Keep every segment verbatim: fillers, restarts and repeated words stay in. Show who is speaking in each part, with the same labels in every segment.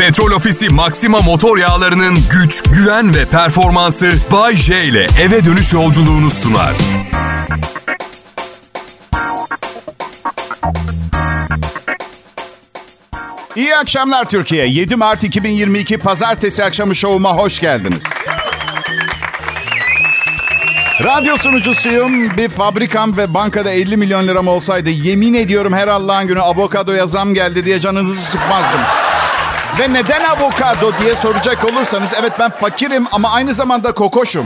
Speaker 1: Petrol Ofisi Maxima motor yağlarının güç, güven ve performansı Bay J ile eve dönüş yolculuğunu sunar.
Speaker 2: İyi akşamlar Türkiye. yedi Mart iki bin yirmi iki Pazartesi akşamı şovuma hoş geldiniz. Radyo sunucusuyum. Bir fabrikam ve bankada elli milyon liram olsaydı yemin ediyorum her Allah'ın günü avokadoya zam geldi diye canınızı sıkmazdım. Ve neden avokado diye soracak olursanız, evet ben fakirim ama aynı zamanda kokoşum.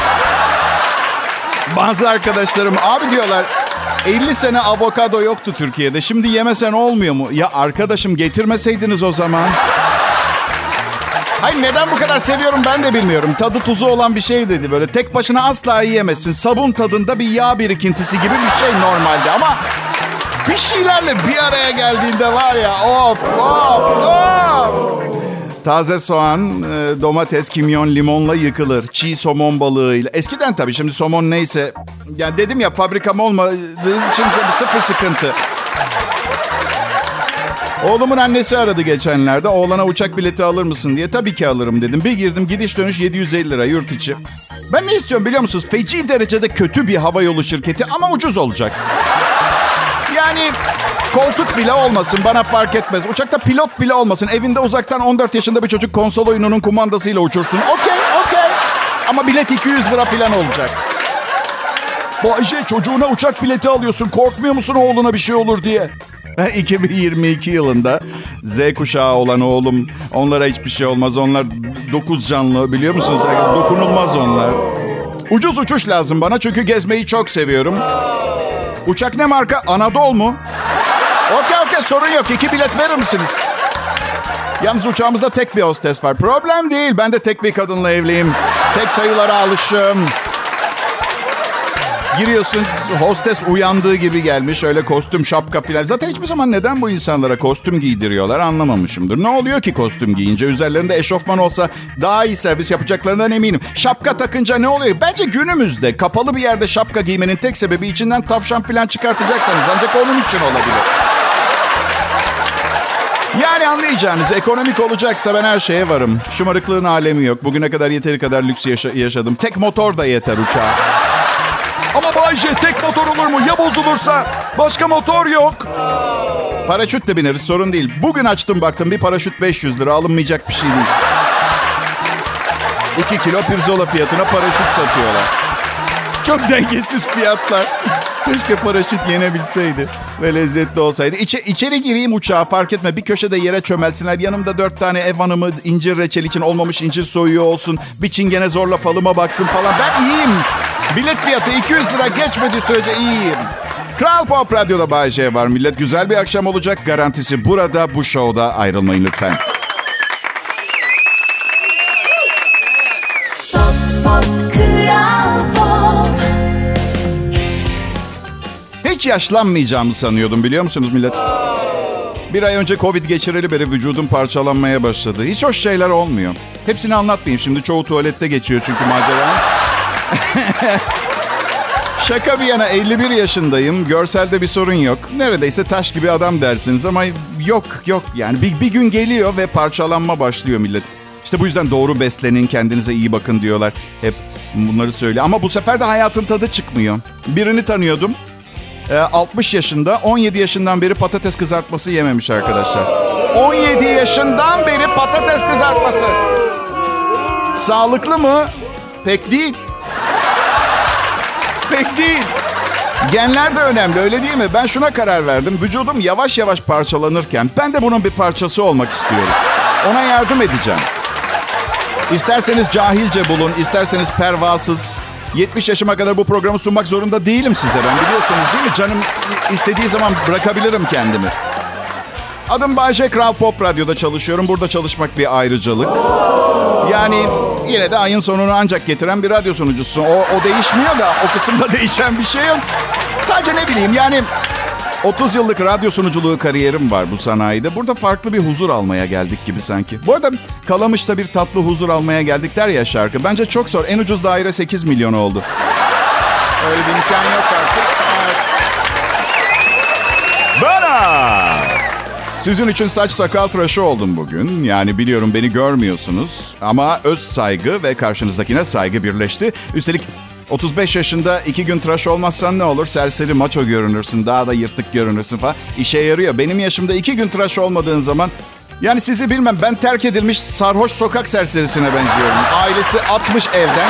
Speaker 2: Bazı arkadaşlarım abi diyorlar, elli sene avokado yoktu Türkiye'de. Şimdi yemesen olmuyor mu? Ya arkadaşım getirmeseydiniz o zaman. Hayır, neden bu kadar seviyorum ben de bilmiyorum. Tadı tuzu olan bir şey dedi böyle. Tek başına asla yiyemezsin. Sabun tadında bir yağ birikintisi gibi bir şey normalde. Ama bir şeylerle bir araya geldiğinde var ya, hop hop hop. Taze soğan, domates, kimyon, limonla yıkılır. Çiğ somon balığıyla. Eskiden tabii, şimdi somon neyse. Yani dedim ya, fabrikam olmadığı için sıfır sıkıntı. Oğlumun annesi aradı geçenlerde. Oğlana uçak bileti alır mısın diye. Tabii ki alırım dedim. Bir girdim, gidiş dönüş yedi yüz elli lira yurt içi. Ben ne istiyorum biliyor musunuz? Feci derecede kötü bir havayolu şirketi ama ucuz olacak. Yani koltuk bile olmasın, bana fark etmez. Uçakta pilot bile olmasın. Evinde uzaktan on dört yaşında bir çocuk konsol oyununun kumandasıyla uçursun. Okey, okey. Ama bilet iki yüz lira falan olacak. Bayce, çocuğuna uçak bileti alıyorsun. Korkmuyor musun oğluna bir şey olur diye? iki bin yirmi iki yılında Z kuşağı olan oğlum, onlara hiçbir şey olmaz. Onlar dokuz canlı, biliyor musunuz? Dokunulmaz onlar. Ucuz uçuş lazım bana çünkü gezmeyi çok seviyorum. Uçak ne marka? Anadolu mu? Okey okey, sorun yok. İki bilet verir misiniz? Yalnız uçağımızda tek bir hostes var. Problem değil. Ben de tek bir kadınla evliyim. Tek sayılara alışım. Giriyorsun, hostes uyandığı gibi gelmiş. Öyle kostüm, şapka falan. Zaten hiçbir zaman neden bu insanlara kostüm giydiriyorlar anlamamışımdır. Ne oluyor ki kostüm giyince? Üzerlerinde eşofman olsa daha iyi servis yapacaklarından eminim. Şapka takınca ne oluyor? Bence günümüzde kapalı bir yerde şapka giymenin tek sebebi içinden tavşan falan çıkartacaksanız ancak onun için olabilir. Yani anlayacağınız, ekonomik olacaksa ben her şeye varım. Şımarıklığın alemi yok. Bugüne kadar yeteri kadar lüks yaşa- yaşadım. Tek motor da yeter uçağa. Ama Bayce, tek motor olur mu? Ya bozulursa? Başka motor yok. Paraşütle bineriz, sorun değil. Bugün açtım baktım, bir paraşüt beş yüz lira, alınmayacak bir şey değil. iki kilo pirzola fiyatına paraşüt satıyorlar. Çok dengesiz fiyatlar. Keşke paraşüt yenebilseydi ve lezzetli olsaydı. İçe, içeri gireyim uçağa, fark etme. Bir köşede yere çömelsinler. Yanımda dört tane ev hanımı incir reçel için olmamış incir soyuyor olsun. Bir çingene zorla falıma baksın falan. Ben iyiyim. Bilet fiyatı iki yüz lira geçmediği sürece iyiyim. Kral Pop Radyo'da Bay J var millet. Güzel bir akşam olacak garantisi. Burada, bu şovda ayrılmayın lütfen.
Speaker 3: Pop, pop, Kral Pop.
Speaker 2: Hiç yaşlanmayacağımı sanıyordum, biliyor musunuz millet? Bir ay önce Covid geçireli beri vücudum parçalanmaya başladı. Hiç hoş şeyler olmuyor. Hepsini anlatmayayım şimdi. Çoğu tuvalette geçiyor çünkü macera. Şaka bir yana, elli bir yaşındayım. Görselde bir sorun yok. Neredeyse taş gibi adam dersiniz ama yok yok. Yani bir, bir gün geliyor ve parçalanma başlıyor millet. İşte bu yüzden doğru beslenin, kendinize iyi bakın diyorlar. Hep bunları söylüyor. Ama bu sefer de hayatın tadı çıkmıyor. Birini tanıyordum. altmış yaşında, on yedi yaşından beri patates kızartması yememiş arkadaşlar. on yedi yaşından beri patates kızartması. Sağlıklı mı? Pek değil. Pek değil. Genler de önemli, öyle değil mi? Ben şuna karar verdim. Vücudum yavaş yavaş parçalanırken ben de bunun bir parçası olmak istiyorum. Ona yardım edeceğim. İsterseniz cahilce bulun, isterseniz pervasız. yetmiş yaşıma kadar bu programı sunmak zorunda değilim size. Ben, biliyorsunuz değil mi? Canım istediği zaman bırakabilirim kendimi. Adım Bayce, Kral Pop Radyo'da çalışıyorum. Burada çalışmak bir ayrıcalık. Yani yine de ayın sonunu ancak getiren bir radyo sunucusu. O, o değişmiyor da o kısımda değişen bir şey yok. Sadece ne bileyim yani otuz yıllık radyo sunuculuğu kariyerim var bu sanayide. Burada farklı bir huzur almaya geldik gibi sanki. Bu arada Kalamış'ta bir tatlı huzur almaya geldik der ya şarkı. Bence çok zor. En ucuz daire sekiz milyon oldu. Öyle bir imkan yok artık. Bana! Sizin için saç sakal tıraşı oldum bugün. Yani biliyorum beni görmüyorsunuz. Ama öz saygı ve karşınızdakine saygı birleşti. Üstelik otuz beş yaşında iki gün tıraş olmazsan ne olur? Serseri maço görünürsün, daha da yırtık görünürsün falan. İşe yarıyor. Benim yaşımda iki gün tıraş olmadığın zaman... Yani sizi bilmem, ben terk edilmiş sarhoş sokak serserisine benziyorum. Ailesi atmış evden.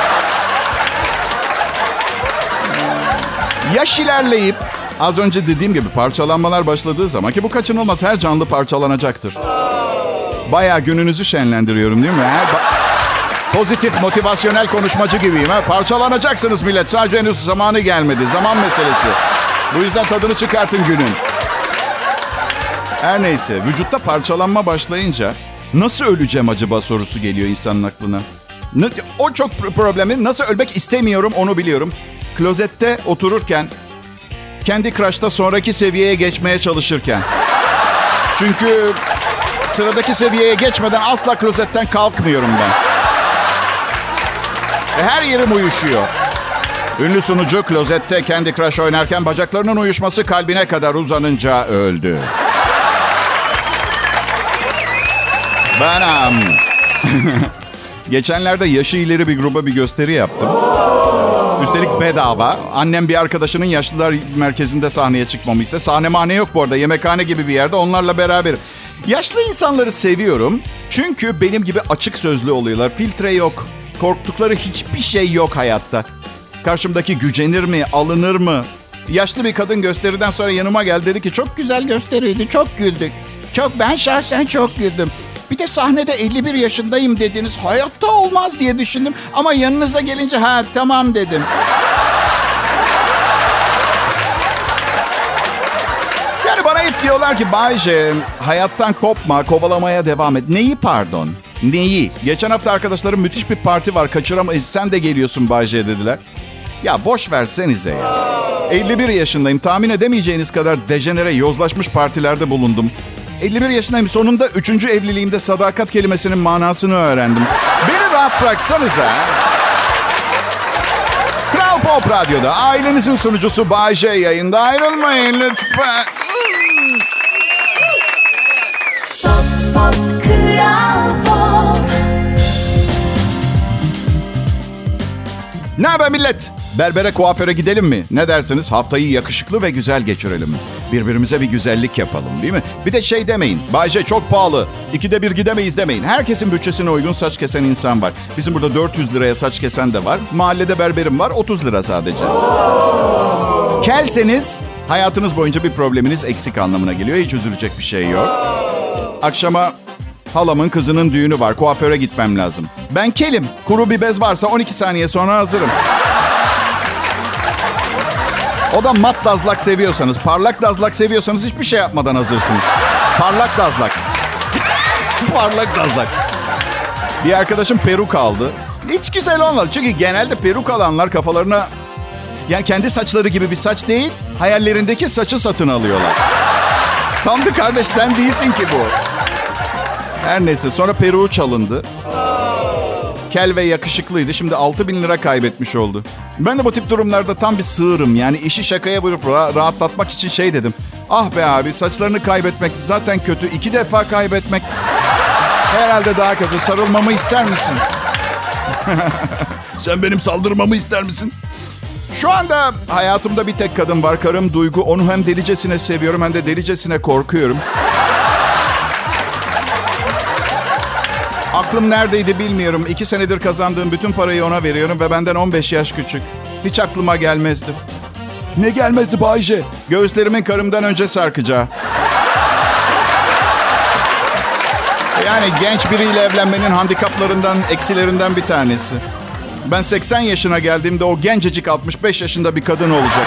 Speaker 2: Yaş ilerleyip az önce dediğim gibi parçalanmalar başladığı zaman, ki bu kaçınılmaz, her canlı parçalanacaktır. Bayağı gününüzü şenlendiriyorum değil mi? Her ba- Pozitif, motivasyonel konuşmacı gibiyim. Ha? Parçalanacaksınız millet. Sadece henüz zamanı gelmedi. Zaman meselesi. Bu yüzden tadını çıkartın günün. Her neyse, vücutta parçalanma başlayınca nasıl öleceğim acaba sorusu geliyor insanın aklına. O çok problemi. Nasıl ölmek istemiyorum onu biliyorum. Klozette otururken, Candy Crush'ta sonraki seviyeye geçmeye çalışırken. Çünkü sıradaki seviyeye geçmeden asla klozetten kalkmıyorum ben. Ve her yerim uyuşuyor. Ünlü sunucu klozette Candy Crush oynarken bacaklarının uyuşması kalbine kadar uzanınca öldü. Ben um, geçenlerde yaşı ileri bir gruba bir gösteri yaptım. Üstelik bedava. Annem bir arkadaşının yaşlılar merkezinde sahneye çıkmamı iste. Sahnemane yok bu arada. Yemekhane gibi bir yerde, onlarla beraber. Yaşlı insanları seviyorum. Çünkü benim gibi açık sözlü oluyorlar. Filtre yok. Korktukları hiçbir şey yok hayatta. Karşımdaki gücenir mi, alınır mı? Yaşlı bir kadın gösteriden sonra yanıma geldi. Dedi ki çok güzel gösteriydi, çok güldük. Çok, ben şahsen çok güldüm. Bir de sahnede elli bir yaşındayım dediniz. Hayatta olmaz diye düşündüm. Ama yanınıza gelince ha tamam dedim. Yani bana hep diyorlar ki Bayce, hayattan kopma, kovalamaya devam et. Neyi pardon? Neyi? Geçen hafta arkadaşlarım müthiş bir parti var, kaçıramayız. Sen de geliyorsun Bayce dediler. Ya boş versenize ya. elli bir yaşındayım. Tahmin edemeyeceğiniz kadar dejenere, yozlaşmış partilerde bulundum. elli bir yaşındayım. Sonunda üçüncü evliliğimde sadakat kelimesinin manasını öğrendim. Beni rahat bıraksanıza. Kral Pop Radyo'da ailenizin sunucusu Bay J yayında. Ayrılmayın lütfen.
Speaker 3: Pop, pop, Kral Pop.
Speaker 2: Ne haber millet? Berbere, kuaföre gidelim mi? Ne dersiniz? Haftayı yakışıklı ve güzel geçirelim mi? Birbirimize bir güzellik yapalım değil mi? Bir de şey demeyin. Bayce çok pahalı. İkide bir gidemeyiz demeyin. Herkesin bütçesine uygun saç kesen insan var. Bizim burada dört yüz liraya saç kesen de var. Mahallede berberim var. otuz lira sadece. Kelseniz hayatınız boyunca bir probleminiz eksik anlamına geliyor. Hiç üzülecek bir şey yok. Akşama halamın kızının düğünü var. Kuaföre gitmem lazım. Ben kelim. Kuru bir bez varsa on iki saniye sonra hazırım. O da mat dazlak seviyorsanız, parlak dazlak seviyorsanız hiçbir şey yapmadan hazırsınız. Parlak dazlak. Parlak dazlak. Bir arkadaşım peruk aldı. Hiç güzel olmadı. Çünkü genelde peruk alanlar kafalarına... Yani kendi saçları gibi bir saç değil, hayallerindeki saçı satın alıyorlar. Tam da kardeş sen değilsin ki bu. Her neyse, sonra peruğu çalındı. Kel ve yakışıklıydı. Şimdi altı bin lira kaybetmiş oldu. Ben de bu tip durumlarda tam bir sığırım. Yani işi şakaya vurup ra- rahatlatmak için şey dedim. Ah be abi, saçlarını kaybetmek zaten kötü. İki defa kaybetmek herhalde daha kötü. Sarılmamı ister misin? Sen benim saldırmamı ister misin? Şu anda hayatımda bir tek kadın var. Karım Duygu. Onu hem delicesine seviyorum hem de delicesine korkuyorum. Aklım neredeydi bilmiyorum. İki senedir kazandığım bütün parayı ona veriyorum ve benden on beş yaş küçük. Hiç aklıma gelmezdi. Ne gelmezdi Bayce? Göğüslerimin karımdan önce sarkacağı. Yani genç biriyle evlenmenin handikaplarından, eksilerinden bir tanesi. Ben seksen yaşına geldiğimde o gencecik altmış beş yaşında bir kadın olacak.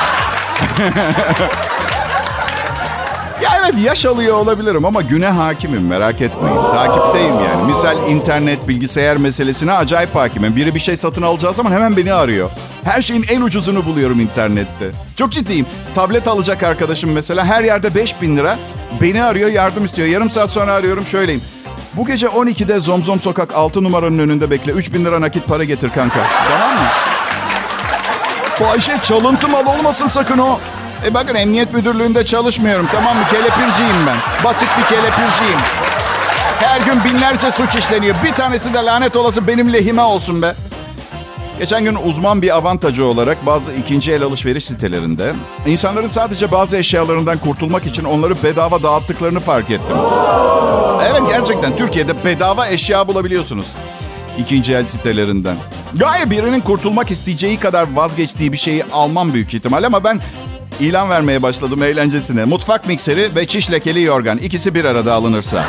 Speaker 2: Ya evet, yaş alıyor olabilirim ama güne hakimim, merak etmeyin. Takipteyim yani. Misal internet, bilgisayar meselesine acayip hakimim. Biri bir şey satın alacağı zaman hemen beni arıyor. Her şeyin en ucuzunu buluyorum internette. Çok ciddiyim. Tablet alacak arkadaşım mesela her yerde beş bin lira. Beni arıyor, yardım istiyor. Yarım saat sonra arıyorum, şöyleyim. Bu gece on ikide Zomzom Sokak altı numaranın önünde bekle. üç bin lira nakit para getir kanka. Tamam mı? Bu Ayşe çalıntı mal olmasın sakın o. E bakın emniyet müdürlüğünde çalışmıyorum, tamam mı? Kelepirciyim ben. Basit bir kelepirciyim. Her gün binlerce suç işleniyor. Bir tanesi de lanet olası benim lehime olsun be. Geçen gün uzman bir avantajı olarak bazı ikinci el alışveriş sitelerinde insanların sadece bazı eşyalarından kurtulmak için onları bedava dağıttıklarını fark ettim. Evet, gerçekten Türkiye'de bedava eşya bulabiliyorsunuz ikinci el sitelerinden. Gayet birinin kurtulmak isteyeceği kadar vazgeçtiği bir şeyi almam büyük ihtimal ama ben ilan vermeye başladım eğlencesine. Mutfak mikseri ve çiş lekeli yorgan. İkisi bir arada alınırsa.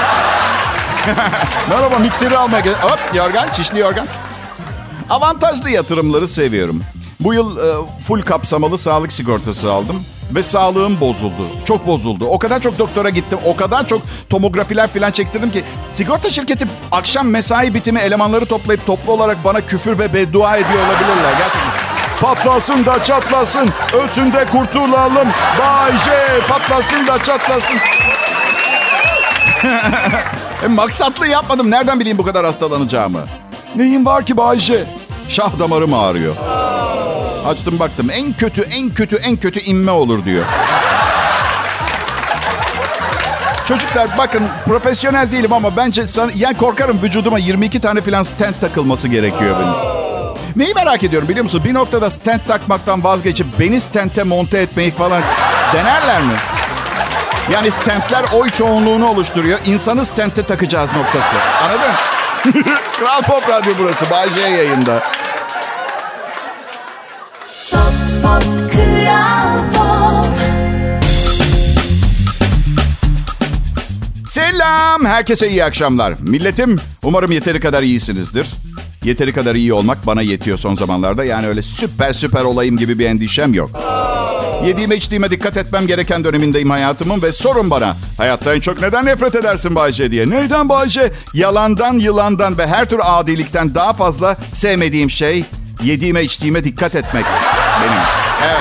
Speaker 2: Merhaba, mikseri almaya gel. Hop, yorgan, çişli yorgan. Avantajlı yatırımları seviyorum. Bu yıl e, full kapsamalı sağlık sigortası aldım. Ve sağlığım bozuldu. Çok bozuldu. O kadar çok doktora gittim. O kadar çok tomografiler falan çektirdim ki. Sigorta şirketi akşam mesai bitimi elemanları toplayıp toplu olarak bana küfür ve beddua ediyor olabilirler. Gerçekten. Patlasın da çatlasın. Ölsün de kurtulalım. Bay J. Patlasın da çatlasın. e, maksatlı yapmadım. Nereden bileyim bu kadar hastalanacağımı? Neyim var ki Bay J? Şah damarım ağrıyor. Açtım baktım. En kötü, en kötü, en kötü inme olur diyor. Çocuklar bakın, profesyonel değilim ama bence san- yani korkarım vücuduma yirmi iki tane falan stent takılması gerekiyor benim. Neyi merak ediyorum biliyor musun? Bir noktada stent takmaktan vazgeçip beni stente monte etmeyi falan denerler mi? Yani stentler oy çoğunluğunu oluşturuyor. İnsanı stente takacağız noktası. Anladın? Kral Pop Radyo burası. Bay J yayında.
Speaker 3: Pop, pop, Kral Pop.
Speaker 2: Selam. Herkese iyi akşamlar. Milletim, umarım yeteri kadar iyisinizdir. Yeteri kadar iyi olmak bana yetiyor son zamanlarda. Yani öyle süper süper olayım gibi bir endişem yok. Yediğime içtiğime dikkat etmem gereken dönemindeyim hayatımın ve sorun bana. Hayatta en çok neden nefret edersin Bayce diye. Neyden Bayce? Yalandan, yılandan ve her tür adilikten daha fazla sevmediğim şey yediğime içtiğime dikkat etmek benim. Evet.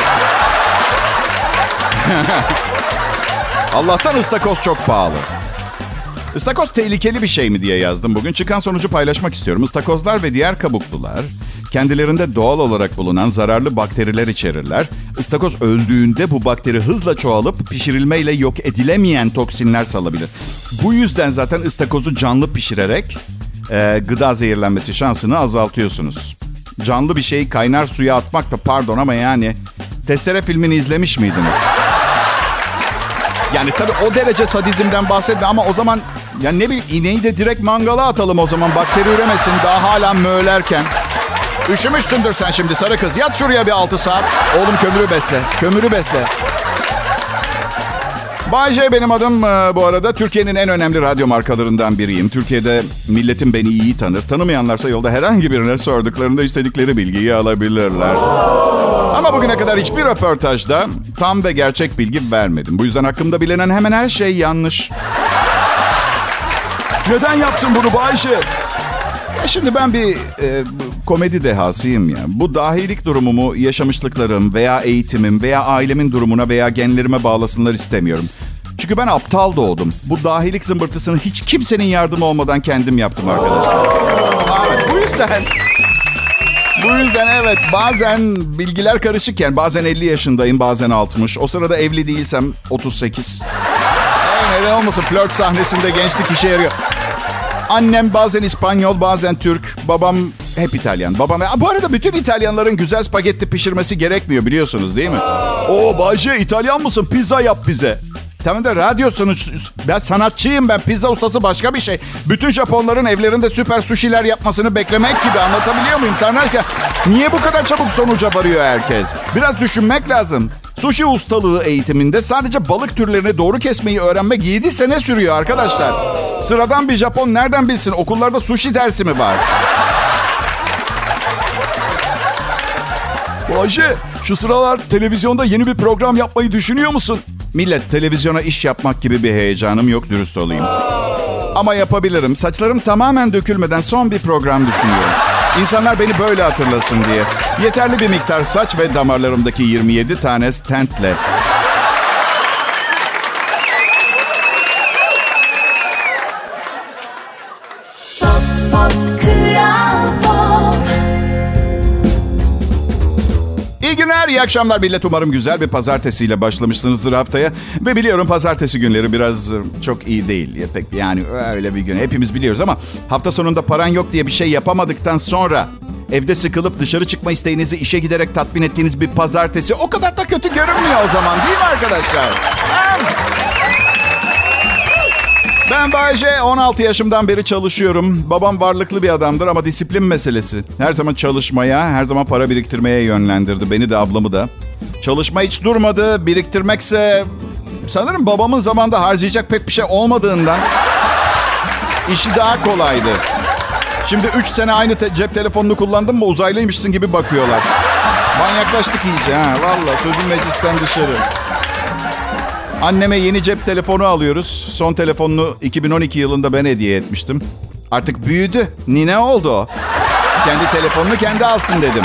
Speaker 2: Allah'tan ıstakoz çok pahalı. İstakoz tehlikeli bir şey mi diye yazdım bugün. Çıkan sonucu paylaşmak istiyorum. İstakozlar ve diğer kabuklular kendilerinde doğal olarak bulunan zararlı bakteriler içerirler. İstakoz öldüğünde bu bakteri hızla çoğalıp pişirilmeyle yok edilemeyen toksinler salabilir. Bu yüzden zaten ıstakozu canlı pişirerek e, gıda zehirlenmesi şansını azaltıyorsunuz. Canlı bir şeyi kaynar suya atmak da pardon ama yani Testere filmini izlemiş miydiniz? Yani tabii o derece sadizmden bahsetme ama o zaman ya ne bileyim ineği de direkt mangala atalım o zaman. Bakteri üremesin daha hala möğlerken. Üşümüşsündür sen şimdi sarı kız. Yat şuraya bir altı saat. Oğlum kömürü besle. Kömürü besle. Bay J benim adım bu arada. Türkiye'nin en önemli radyo markalarından biriyim. Türkiye'de milletim beni iyi tanır. Tanımayanlarsa yolda herhangi birine sorduklarında istedikleri bilgiyi alabilirler. Ama bugüne kadar hiçbir röportajda tam ve gerçek bilgi vermedim. Bu yüzden hakkımda bilinen hemen her şey yanlış. Neden yaptın bunu Bayşe? Ya şimdi ben bir e, komedi dehasıyım ya. Bu dahilik durumumu yaşamışlıklarım veya eğitimim veya ailemin durumuna veya genlerime bağlasınlar istemiyorum. Çünkü ben aptal doğdum. Bu dahilik zımbırtısını hiç kimsenin yardımı olmadan kendim yaptım arkadaşlar. Evet, bu yüzden... Bu yüzden evet bazen bilgiler karışıkken bazen elli yaşındayım bazen altmış. O sırada evli değilsem otuz sekiz. Hey, neden olmasın flört sahnesinde gençlik işe yarıyor. Annem bazen İspanyol bazen Türk. Babam hep İtalyan. Babam bu arada bütün İtalyanların güzel spagetti pişirmesi gerekmiyor biliyorsunuz değil mi? Oo Bayce İtalyan mısın? Pizza yap bize. Tamam da radyo sonuç... Ben sanatçıyım ben. Pizza ustası başka bir şey. Bütün Japonların evlerinde süper sushi'ler yapmasını beklemek gibi. Anlatabiliyor muyum? Tanrıça, niye bu kadar çabuk sonuca varıyor herkes? Biraz düşünmek lazım. Sushi ustalığı eğitiminde sadece balık türlerini doğru kesmeyi öğrenmek yedi sene sürüyor arkadaşlar. Sıradan bir Japon nereden bilsin? Okullarda sushi dersi mi var? Ayşe, şu sıralar televizyonda yeni bir program yapmayı düşünüyor musun? Millet, televizyona iş yapmak gibi bir heyecanım yok, dürüst olayım. Ama yapabilirim. Saçlarım tamamen dökülmeden son bir program düşünüyorum. İnsanlar beni böyle hatırlasın diye. Yeterli bir miktar saç ve damarlarımdaki yirmi yedi tane stentle.
Speaker 3: Pop, pop, Kral Pop.
Speaker 2: İyi günler akşamlar, iyi akşamlar millet. Umarım güzel bir pazartesiyle başlamışsınızdır haftaya. Ve biliyorum pazartesi günleri biraz çok iyi değil. Ya pek yani öyle bir gün. Hepimiz biliyoruz ama hafta sonunda paran yok diye bir şey yapamadıktan sonra evde sıkılıp dışarı çıkma isteğinizi işe giderek tatmin ettiğiniz bir pazartesi o kadar da kötü görünmüyor o zaman, değil mi arkadaşlar? Ben Bay J, on altı yaşımdan beri çalışıyorum. Babam varlıklı bir adamdır ama disiplin meselesi. Her zaman çalışmaya, her zaman para biriktirmeye yönlendirdi. Beni de ablamı da. Çalışma hiç durmadı. Biriktirmekse sanırım babamın zamanında harcayacak pek bir şey olmadığından işi daha kolaydı. Şimdi üç sene aynı te- cep telefonunu kullandın mı uzaylıymışsın gibi bakıyorlar. Manyaklaştık iyice ha. Valla sözüm meclisten dışarı. Anneme yeni cep telefonu alıyoruz. Son telefonunu iki bin on iki yılında ben hediye etmiştim. Artık büyüdü. Nine oldu o. Kendi telefonunu kendi alsın dedim.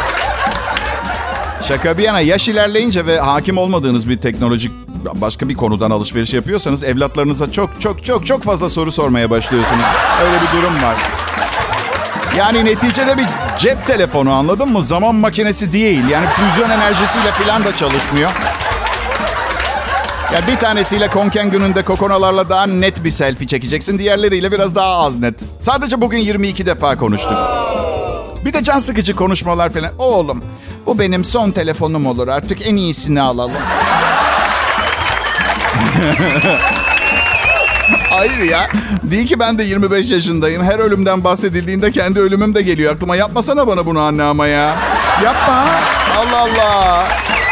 Speaker 2: Şaka bir yana, yaş ilerleyince ve hakim olmadığınız bir teknolojik başka bir konudan alışveriş yapıyorsanız evlatlarınıza çok çok çok çok fazla soru sormaya başlıyorsunuz. Öyle bir durum var. Yani neticede bir cep telefonu, anladın mı? Zaman makinesi değil. Yani füzyon enerjisiyle falan da çalışmıyor. Ya bir tanesiyle konken gününde kokonalarla daha net bir selfie çekeceksin. Diğerleriyle biraz daha az net. Sadece bugün yirmi iki defa konuştuk. Bir de can sıkıcı konuşmalar falan. Oğlum, bu benim son telefonum olur. Artık en iyisini alalım. Hayır ya. Değil ki ben de yirmi beş yaşındayım. Her ölümden bahsedildiğinde kendi ölümüm de geliyor aklıma. Yapmasana bana bunu anne ama ya. Yapma. Allah Allah.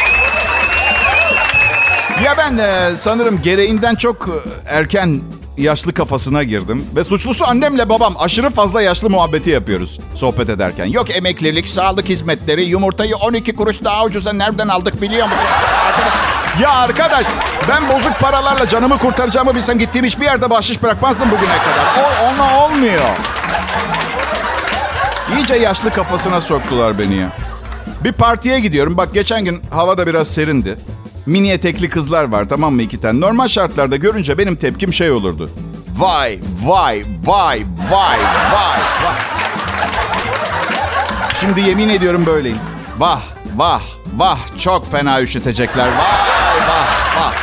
Speaker 2: Ya ben e, sanırım gereğinden çok erken yaşlı kafasına girdim. Ve suçlusu annemle babam. Aşırı fazla yaşlı muhabbeti yapıyoruz sohbet ederken. Yok emeklilik, sağlık hizmetleri, yumurtayı on iki kuruş daha ucuza nereden aldık biliyor musun? Arkadaş, ya arkadaş, ben bozuk paralarla canımı kurtaracağımı bilsem gittiğim hiçbir yerde bahşiş bırakmazdım bugüne kadar. O, ona olmuyor. İyice yaşlı kafasına soktular beni ya. Bir partiye gidiyorum. Bak geçen gün hava da biraz serindi. Mini etekli kızlar var, tamam mı, iki tane. Normal şartlarda görünce benim tepkim şey olurdu. Vay, vay, vay, vay, vay, vay. Şimdi yemin ediyorum böyleyim. Vah, vah, vah. Çok fena üşütecekler. Vay, vah, vah.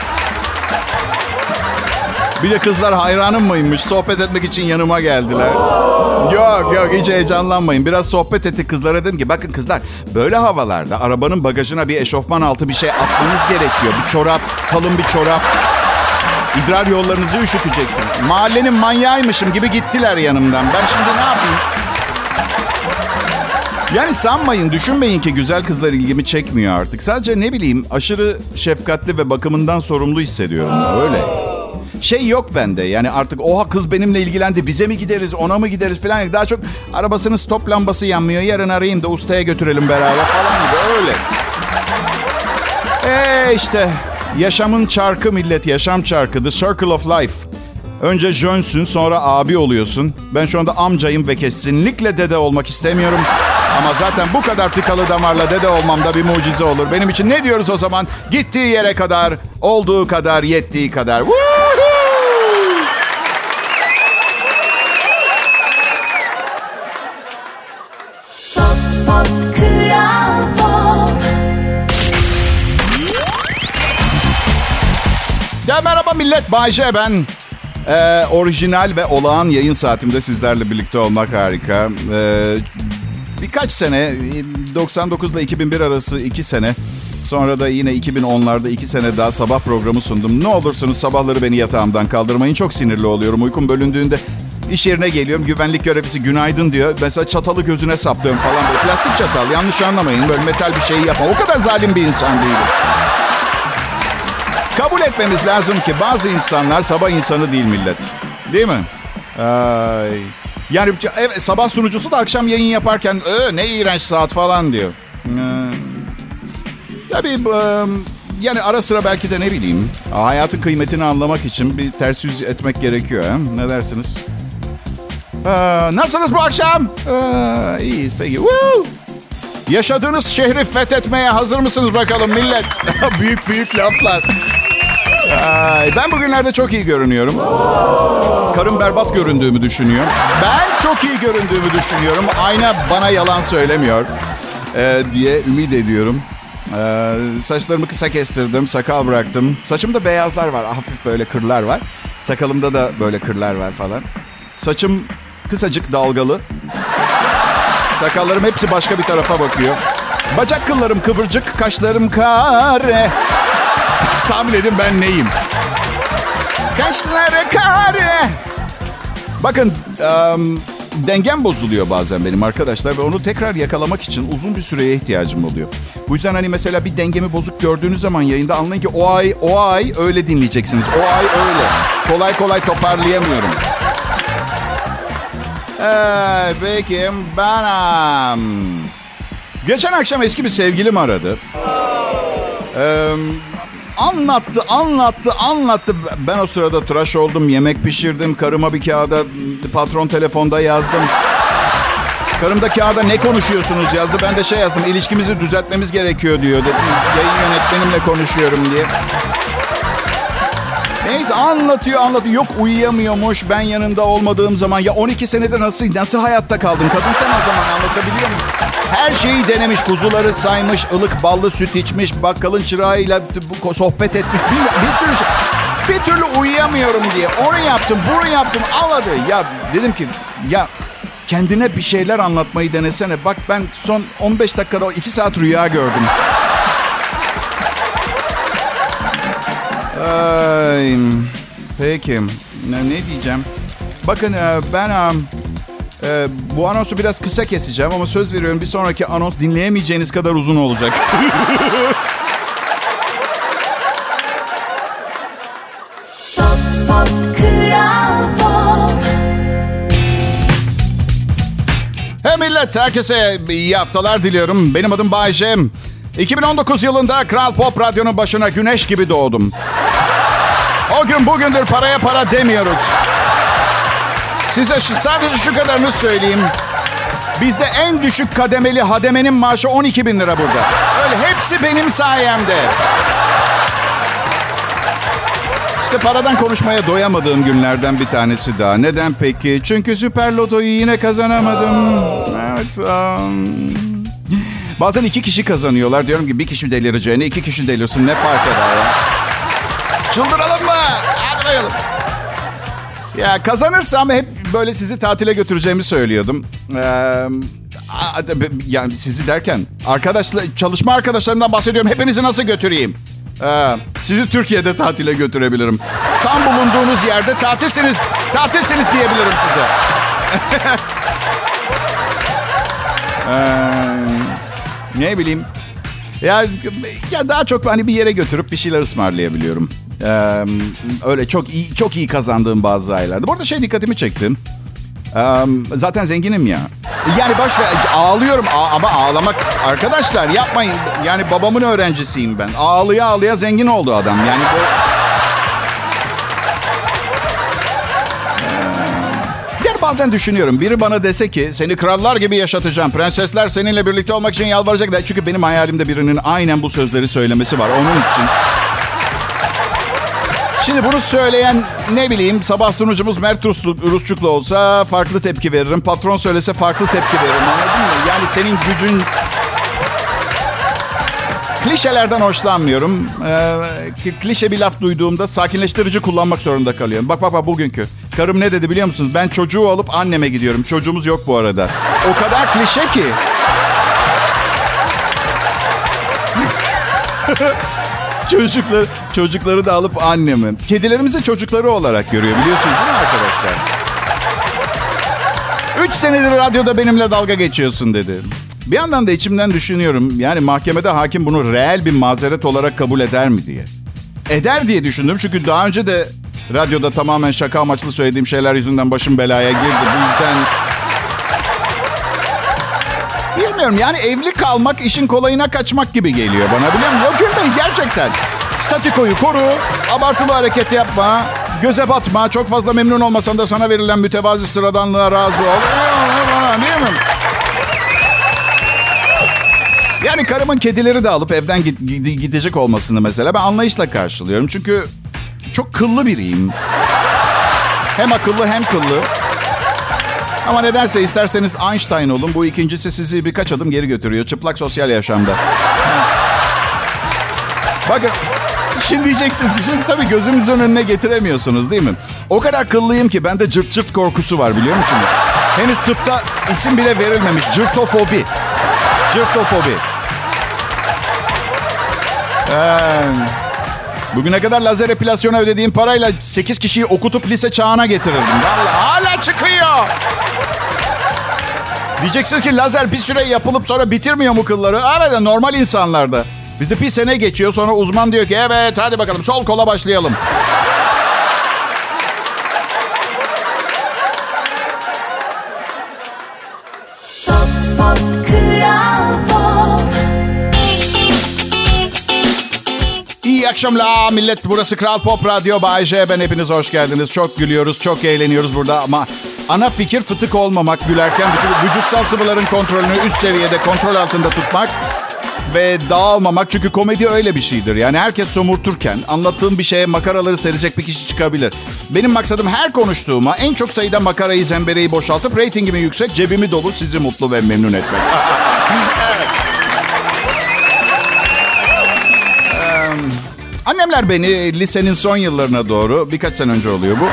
Speaker 2: Bir de kızlar hayranım mıymış? Sohbet etmek için yanıma geldiler. Yok yok hiç heyecanlanmayın. Biraz sohbet ettik, kızlara dedim ki bakın kızlar, böyle havalarda arabanın bagajına bir eşofman altı bir şey atmanız gerekiyor. Bir çorap, kalın bir çorap. İdrar yollarınızı üşüteceksin. Mahallenin manyağıymışım gibi gittiler yanımdan. Ben şimdi ne yapayım? Yani sanmayın, düşünmeyin ki güzel kızlar ilgimi çekmiyor artık. Sadece ne bileyim aşırı şefkatli ve bakımından sorumlu hissediyorum. Öyle. Şey yok bende yani artık oha kız benimle ilgilendi, bize mi gideriz ona mı gideriz falan. Daha çok arabasının stop lambası yanmıyor, yarın arayayım da ustaya götürelim beraber falan gibi öyle. Eee işte yaşamın çarkı millet, yaşam çarkı, the circle of life. Önce jönsün, sonra abi oluyorsun. Ben şu anda amcayım ve kesinlikle dede olmak istemiyorum. Ama zaten bu kadar tıkalı damarla dede olmam da bir mucize olur. Benim için ne diyoruz o zaman? Gittiği yere kadar, olduğu kadar, yettiği kadar. Ya merhaba millet, Bay J ben. Ee, orijinal ve olağan yayın saatimde sizlerle birlikte olmak harika. Ee, birkaç sene, doksan dokuz ile iki bin bir arası iki sene. Sonra da yine iki bin onlarda iki sene daha sabah programı sundum. Ne olursunuz sabahları beni yatağımdan kaldırmayın. Çok sinirli oluyorum. Uykum bölündüğünde iş yerine geliyorum. Güvenlik görevlisi günaydın diyor. Mesela çatalı gözüne saplıyorum falan. Böyle plastik çatal, yanlış anlamayın. Böyle metal bir şeyi yapma. O kadar zalim bir insan değilim. Kabul etmemiz lazım ki bazı insanlar sabah insanı değil millet. Değil mi? Ay. Yani evet, sabah sunucusu da akşam yayın yaparken ne iğrenç saat falan diyor. Ee, tabii yani ara sıra belki de ne bileyim hayatın kıymetini anlamak için bir ters yüz etmek gerekiyor. He? Ne dersiniz? Ee, nasılsınız bu akşam? Ee, iyiyiz peki. Woo! Yaşadığınız şehri fethetmeye hazır mısınız bakalım millet? büyük büyük laflar. Ay, ben bugünlerde çok iyi görünüyorum. Karım berbat göründüğümü düşünüyor. Ben çok iyi göründüğümü düşünüyorum. Ayna bana yalan söylemiyor ee, diye ümit ediyorum. Ee, saçlarımı kısa kestirdim, sakal bıraktım. Saçımda beyazlar var, hafif böyle kırlar var. Sakalımda da böyle kırlar var falan. Saçım kısacık dalgalı. Sakallarım hepsi başka bir tarafa bakıyor. Bacak kıllarım kıvırcık, kaşlarım kare. Tahmin edin ben neyim? Kaşları kare. Bakın, um, dengem bozuluyor bazen benim arkadaşlar ve onu tekrar yakalamak için uzun bir süreye ihtiyacım oluyor. Bu yüzden hani mesela bir dengemi bozuk gördüğünüz zaman yayında anlayın ki o ay o ay öyle dinleyeceksiniz. O ay öyle. Kolay kolay toparlayamıyorum. Ee, peki ben... Geçen akşam eski bir sevgilim aradı. Ee, anlattı, anlattı, anlattı. Ben o sırada tıraş oldum, yemek pişirdim. Karıma bir kağıda, patron telefonda yazdım. Karım da kağıda ne konuşuyorsunuz yazdı. Ben de şey yazdım, ilişkimizi düzeltmemiz gerekiyor diyor. Dedim, yayın yönetmenimle konuşuyorum diye. Neyse anlatıyor anlatıyor. Yok uyuyamıyormuş ben yanında olmadığım zaman. Ya on iki senedir nasıl nasıl hayatta kaldın? Kadın sen o zaman anlatabiliyor muyum? Her şeyi denemiş. Kuzuları saymış. Ilık ballı süt içmiş. Bakkalın çırağıyla bu sohbet etmiş. Bir, bir sürü şey. Bir türlü uyuyamıyorum diye. Onu yaptım bunu yaptım. Ağladı. Ya dedim ki ya kendine bir şeyler anlatmayı denesene. Bak ben son on beş dakikada iki saat rüya gördüm. Ay, peki. Ne, ne diyeceğim? Bakın ben e, bu anonsu biraz kısa keseceğim ama söz veriyorum bir sonraki anons dinleyemeyeceğiniz kadar uzun olacak.
Speaker 3: Pop, pop, Kral Pop.
Speaker 2: Hey millet, herkese iyi haftalar diliyorum. Benim adım Bay J. iki bin on dokuz yılında Kral Pop Radyo'nun başına güneş gibi doğdum. O gün bugündür paraya para demiyoruz. Size şu, sadece şu kadarını söyleyeyim. Bizde en düşük kademeli hademenin maaşı on iki bin lira burada. Öyle hepsi benim sayemde. İşte paradan konuşmaya doyamadığım günlerden bir tanesi daha. Neden peki? Çünkü Süper Loto'yu yine kazanamadım. Evet. Um... Bazen iki kişi kazanıyorlar. Diyorum ki bir kişi delireceğine iki kişi delirsin. Ne fark eder ya? Çıldıralım mı? Hadi bakalım. Ya kazanırsam hep böyle sizi tatile götüreceğimi söylüyordum. Ee, yani sizi derken arkadaşlar, çalışma arkadaşlarımdan bahsediyorum. Hepinizi nasıl götüreyim? Ee, sizi Türkiye'de tatile götürebilirim. Tam bulunduğunuz yerde tatilsiniz. Tatilsiniz diyebilirim size. ee, ne bileyim. Ya, ya daha çok hani bir yere götürüp bir şeyler ısmarlayabiliyorum. Ee, öyle çok iyi çok iyi kazandığım bazı aylarda. Bu arada şey dikkatimi çekti. Ee, zaten zenginim ya. Yani boş ver, ağlıyorum A- ama ağlamak arkadaşlar yapmayın. Yani babamın öğrencisiyim ben. Ağlıya ağlıya zengin oldu adam. Yani bu... Yani bazen düşünüyorum. Biri bana dese ki seni krallar gibi yaşatacağım. Prensesler seninle birlikte olmak için yalvaracak. Çünkü benim hayalimde birinin aynen bu sözleri söylemesi var. Onun için. Şimdi bunu söyleyen ne bileyim sabah sunucumuz Mert Rusçuklu olsa farklı tepki veririm. Patron söylese farklı tepki veririm, anladın mı? Yani senin gücün... Klişelerden hoşlanmıyorum. Ee, klişe bir laf duyduğumda sakinleştirici kullanmak zorunda kalıyorum. Bak bak bak bugünkü. Karım ne dedi biliyor musunuz? Ben çocuğu alıp anneme gidiyorum. Çocuğumuz yok bu arada. O kadar klişe ki. Çocukları, çocukları da alıp annemi. Kedilerimizi çocukları olarak görüyor biliyorsunuz değil mi arkadaşlar? Üç senedir radyoda benimle dalga geçiyorsun dedi. Bir yandan da içimden düşünüyorum. Yani mahkemede hakim bunu reel bir mazeret olarak kabul eder mi diye. Eder diye düşündüm. Çünkü daha önce de radyoda tamamen şaka amaçlı söylediğim şeyler yüzünden başım belaya girdi. Bu yüzden... Bilmiyorum yani evli kalmak işin kolayına kaçmak gibi geliyor bana, biliyor musun? Yok gülmeyin gerçekten. Statikoyu koru, abartılı hareket yapma, göze batma, çok fazla memnun olmasan da sana verilen mütevazi sıradanlığa razı ol. Değil mi? Yani karımın kedileri de alıp evden gidecek olmasını mesela ben anlayışla karşılıyorum. Çünkü çok kıllı biriyim. Hem akıllı hem kıllı. Ama nedense isterseniz Einstein olun. Bu ikincisi sizi birkaç adım geri götürüyor. Çıplak sosyal yaşamda. Bakın şimdi diyeceksiniz ki şimdi tabii gözünüzün önüne getiremiyorsunuz değil mi? O kadar kıllıyım ki bende cırt cırt korkusu var biliyor musunuz? Henüz tıpta isim bile verilmemiş. Cırtofobi. Cırtofobi. Ee, bugüne kadar lazer epilasyona ödediğim parayla sekiz kişiyi okutup lise çağına getirirdim. Vallahi hala çıkıyor. Diyeceksiniz ki lazer bir süre yapılıp sonra bitirmiyor mu kılları? Evet, normal insanlarda. Bizde bir sene geçiyor, sonra uzman diyor ki evet hadi bakalım sol kola başlayalım. İyi akşamlar millet. Burası Kral Pop Radyo Bay J. Ben, hepiniz hoş geldiniz. Çok gülüyoruz, çok eğleniyoruz burada ama ana fikir fıtık olmamak, gülerken vücut, vücutsal sıvıların kontrolünü üst seviyede kontrol altında tutmak ve dağılmamak. Çünkü komedi öyle bir şeydir. Yani herkes somurturken anlattığım bir şeye makaraları serecek bir kişi çıkabilir. Benim maksadım her konuştuğuma en çok sayıda makarayı, zembereyi boşaltıp reytingimi yüksek, cebimi dolu, sizi mutlu ve memnun etmek. Evet. Annemler beni lisenin son yıllarına doğru, birkaç sene önce oluyor bu.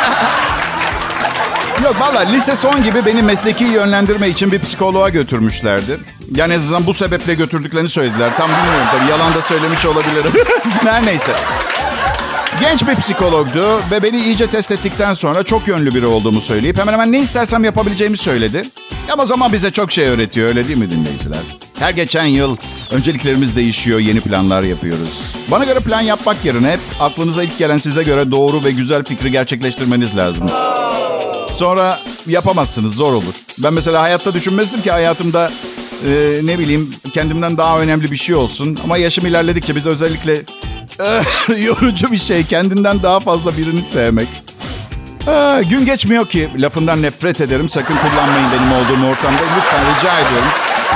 Speaker 2: Yok valla lise son gibi beni mesleki yönlendirme için bir psikoloğa götürmüşlerdi. Yani en azından bu sebeple götürdüklerini söylediler. Tam bilmiyorum tabii, yalan da söylemiş olabilirim. Her neyse. Genç bir psikologdu ve beni iyice test ettikten sonra çok yönlü biri olduğumu söyleyip hemen hemen ne istersem yapabileceğimi söyledi. Ama zaman bize çok şey öğretiyor, öyle değil mi dinleyiciler? Her geçen yıl önceliklerimiz değişiyor, yeni planlar yapıyoruz. Bana göre plan yapmak yerine hep aklınıza ilk gelen, size göre doğru ve güzel fikri gerçekleştirmeniz lazım. Sonra yapamazsınız, zor olur. Ben mesela hayatta düşünmezdim ki hayatımda e, ne bileyim kendimden daha önemli bir şey olsun. Ama yaşım ilerledikçe bir de özellikle e, yorucu bir şey, kendinden daha fazla birini sevmek. E, gün geçmiyor ki lafından nefret ederim. Sakın kullanmayın benim olduğum ortamda. Lütfen rica ediyorum.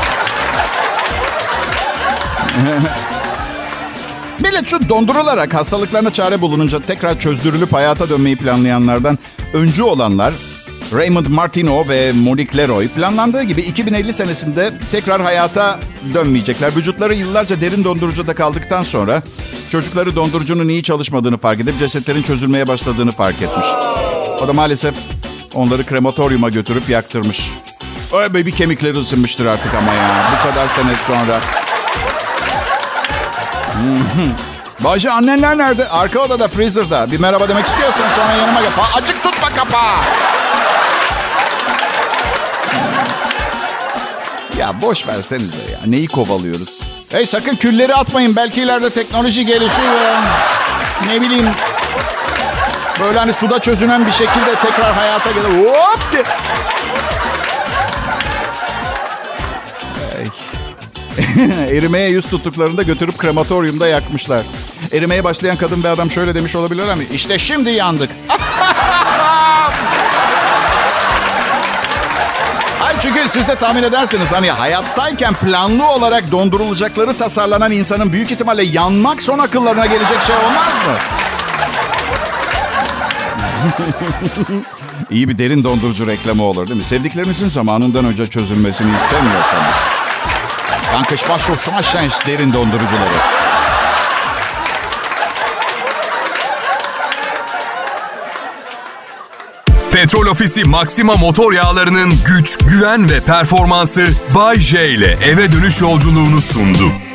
Speaker 2: Millet şu dondurularak hastalıklarına çare bulununca tekrar çözdürülüp hayata dönmeyi planlayanlardan öncü olanlar Raymond Martineau ve Monique Leroy planlandığı gibi iki bin elli senesinde tekrar hayata dönmeyecekler. Vücutları yıllarca derin dondurucuda kaldıktan sonra çocukları dondurucunun iyi çalışmadığını fark edip cesetlerin çözülmeye başladığını fark etmiş. O da maalesef onları krematoryuma götürüp yaktırmış. Ay be, bir kemikleri ısınmıştır artık ama ya, bu kadar sene sonra. Bayce, annenler nerede? Arka odada, freezer'da. Bir merhaba demek istiyorsan sonra yanıma gel. Acık tutma kapağı. Ya boş versenize ya. Neyi kovalıyoruz? Hey, sakın külleri atmayın. Belki ileride teknoloji gelişir. Ne bileyim. Böyle hani suda çözünen bir şekilde tekrar hayata gelir. Hop diye. Erimeye yüz tuttuklarında götürüp krematoryumda yakmışlar. Erimeye başlayan kadın ve adam şöyle demiş olabilir ama işte şimdi yandık. Ay, çünkü siz de tahmin edersiniz hani hayattayken planlı olarak dondurulacakları tasarlanan insanın büyük ihtimalle yanmak son akıllarına gelecek şey olmaz mı? İyi bir derin dondurucu reklamı olur değil mi? Sevdiklerinizin zamanından önce çözülmesini istemiyorsanız. Dankeschön, was derin dondurucuları.
Speaker 1: Petrol Ofisi Maxima motor yağlarının güç, güven ve performansı Bay J ile eve dönüş yolculuğunu sundu.